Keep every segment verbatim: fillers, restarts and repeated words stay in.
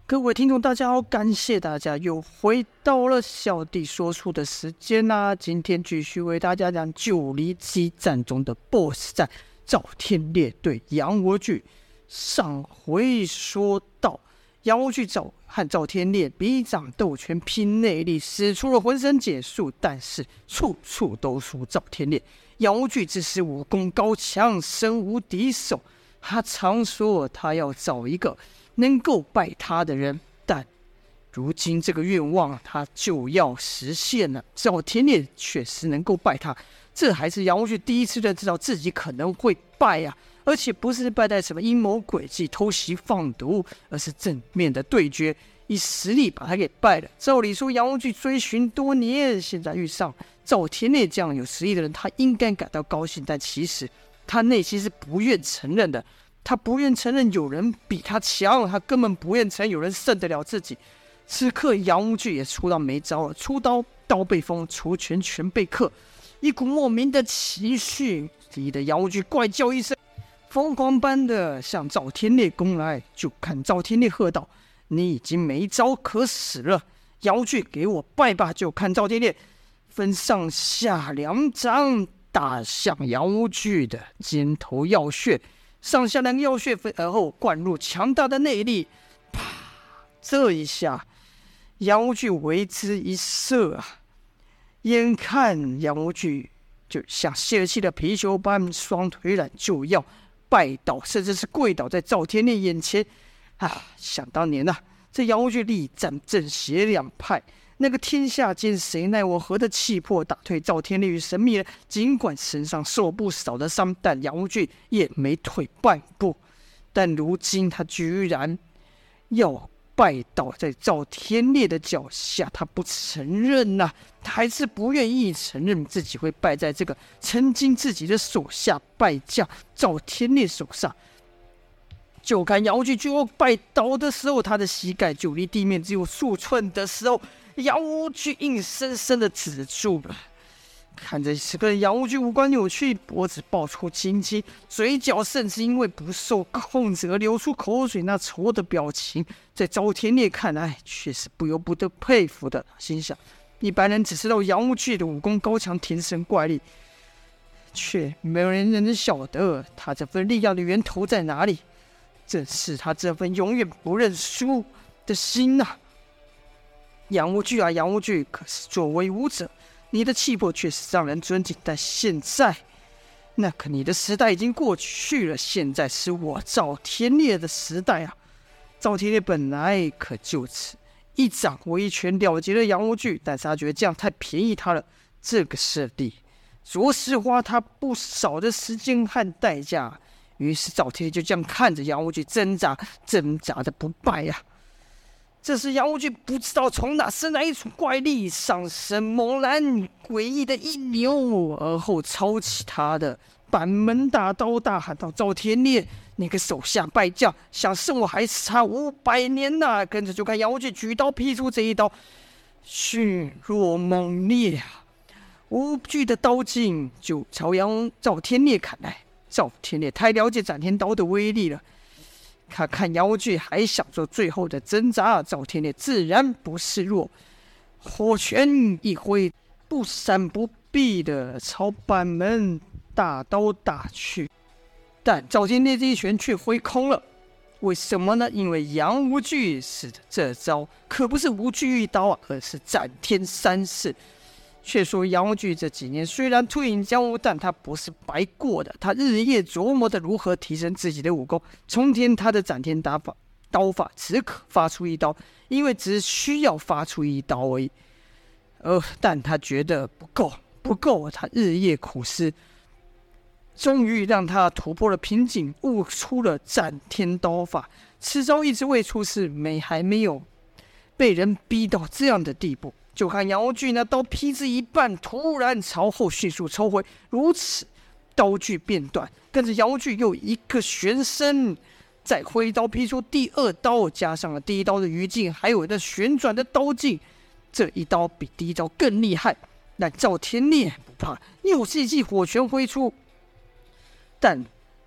各位听众，大家好，感谢大家又回到了小弟说书的时间啦、啊。今天继续为大家讲九黎激战中的 B O S S 战，赵天烈对杨无惧。上回说到，杨无惧赵和赵天烈比掌斗拳，拼内力，使出了浑身解数，但是处处都输赵天烈。杨无惧只是武功高强，身无敌手。他常说他要找一个能够拜他的人，但如今这个愿望他就要实现了。赵天烈确实能够拜他，这还是杨无惧第一次认知到自己可能会败啊！而且不是败在什么阴谋诡计、偷袭放毒，而是正面的对决，以实力把他给败了。照理说，杨无惧追寻多年，现在遇上赵天烈这样有实力的人，他应该感到高兴，但其实他内心是不愿承认的。他不愿承认有人比他强，他根本不愿承认有人胜得了自己。此刻杨无惧也出到没招了，出刀刀被封，出拳拳被克，一股莫名的情绪逼得杨无惧怪叫一声，疯狂般的向赵天烈攻来。就看赵天烈喝道：“你已经没招可使了，杨无惧给我拜吧！”就看赵天烈分上下两掌打向杨无惧的肩头要穴。上下两个要穴分而后灌入强大的内力，啪！这一下，杨无惧为之一涩啊！眼看杨无惧就像泄了气的皮球般，双腿软就要拜倒，甚至是跪倒在赵天烈眼前啊！想当年啊，这杨无惧力战正邪两派，那个天下间谁奈我何的气魄打退赵天烈与神秘人，尽管身上受不少的伤，但杨无惧也没退半步。但如今他居然要拜倒在赵天烈的脚下，他不承认啊，他还是不愿意承认自己会败在这个曾经自己的手下败将赵天烈手上。就看杨无惧就要拜倒的时候，他的膝盖就离地面只有数寸的时候，杨无惧硬生生的止住了。看着这个杨无惧五官扭曲，脖子爆出青筋，嘴角甚至因为不受控制而流出口水，那愁的表情，在赵天烈看来却是不由不得佩服的。心想，一般人只知道杨无惧的武功高强，天生怪力，却没有人能晓得他这份力量的源头在哪里。正是他这份永远不认输的心啊！杨无惧啊，杨无惧，可是作为武者，你的气魄确实让人尊敬，但现在，那可你的时代已经过去了，现在是我赵天烈的时代啊！赵天烈本来可就此一掌威拳了结了杨无惧，但是他觉得这样太便宜他了，这个设定着实花他不少的时间和代价。于是赵天烈就这样看着杨无惧挣扎，挣扎的不败呀、啊。这时杨无惧不知道从哪生来一种怪力，上身猛然诡异的一扭，而后抄起他的板门大刀，大喊道：“赵天烈，那个手下败将，想胜我还差五百年呐、啊！”跟着就看杨无惧举刀劈出这一刀，迅若猛烈啊！无惧的刀劲就朝杨赵天烈砍来。赵天烈太了解斩天刀的威力了，他看杨无惧还想做最后的挣扎，赵天烈自然不示弱，火拳一挥，不闪不避的朝板门大刀打去。但赵天烈这一拳却挥空了，为什么呢？因为杨无惧使的这招可不是无惧一刀啊，而是斩天三式。却说杨无惧这几年虽然退隐江湖，但他不是白过的，他日夜琢磨的如何提升自己的武功。从前他的斩天打法刀法只可发出一刀，因为只需要发出一刀而已。呃，但他觉得不够，不够，他日夜苦思，终于让他突破了瓶颈，悟出了斩天刀法。此招一直未出世，没还没有被人逼到这样的地步。就看杨无惧那刀劈至一半，突然朝后迅速抽回，如此刀具变断，跟着杨无惧又一个旋身，再挥刀劈出第二刀，加上了第一刀的余劲，还有那旋转的刀劲，这一刀比第一刀更厉害。但赵天烈不怕，又是一记火拳挥出，但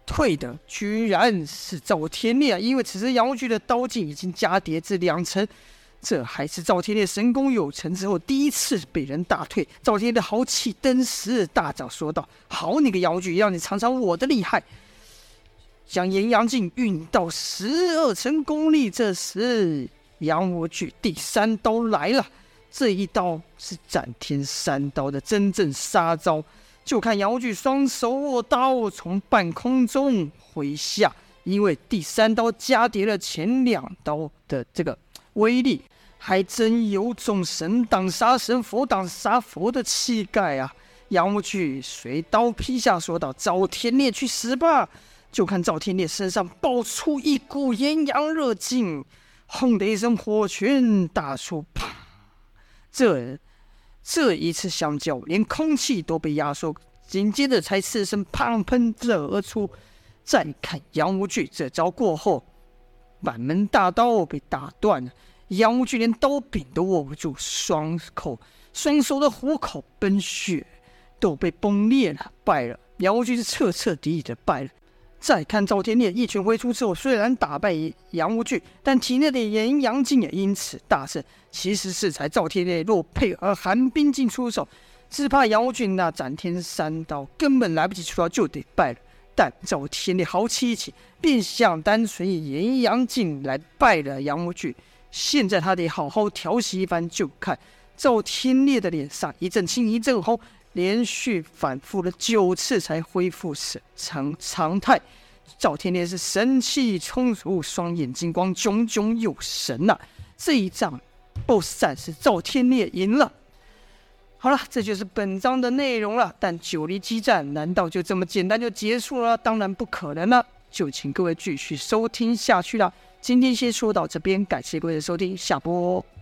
退的居然是赵天烈啊！因为此时杨无惧的刀劲已经加叠至两成，这还是赵天烈神功有成之后第一次被人打退。赵天烈的豪气登时大涨，说道：“好你个杨无惧，让你尝尝我的厉害！”将炎阳镜运到十二成功力。这时杨无惧第三刀来了，这一刀是斩天三刀的真正杀招。就看杨无惧双手握刀，从半空中挥下，因为第三刀加叠了前两刀的这个威力，还真有种神挡杀神，佛挡杀佛的气概啊！杨无惧随刀劈下，说道：“赵天烈，去死吧！”就看赵天烈身上爆出一股炎阳热劲，轰的一声火拳打出，啪！这这一次相交，连空气都被压缩，紧接着才四声砰喷射而出。再看杨无惧这招过后，板门大刀被打断了，杨无惧连刀柄都握不住，双口双手的虎口奔血都被崩裂了，败了。杨无惧是彻彻底底的败了。再看赵天烈一拳挥出之后，虽然打败杨无惧，但体内的炎阳劲也因此大胜。其实是才赵天烈若配合寒冰劲出手，只怕杨无惧那斩天三刀根本来不及出刀就得败了。但赵天烈豪气一起，便想单纯以炎阳劲来败了杨无惧。现在他得好好调息一番。就看赵天烈的脸上一阵青一阵红，连续反复了九次才恢复常常态。赵天烈是神气充足，双眼金光炯炯有神啊！这一仗 B O S S 战是赵天烈赢了。好了，这就是本章的内容了。但九黎激战难道就这么简单就结束了？当然不可能了，就请各位继续收听下去了。今天先说到这边，感谢各位的收听，下播。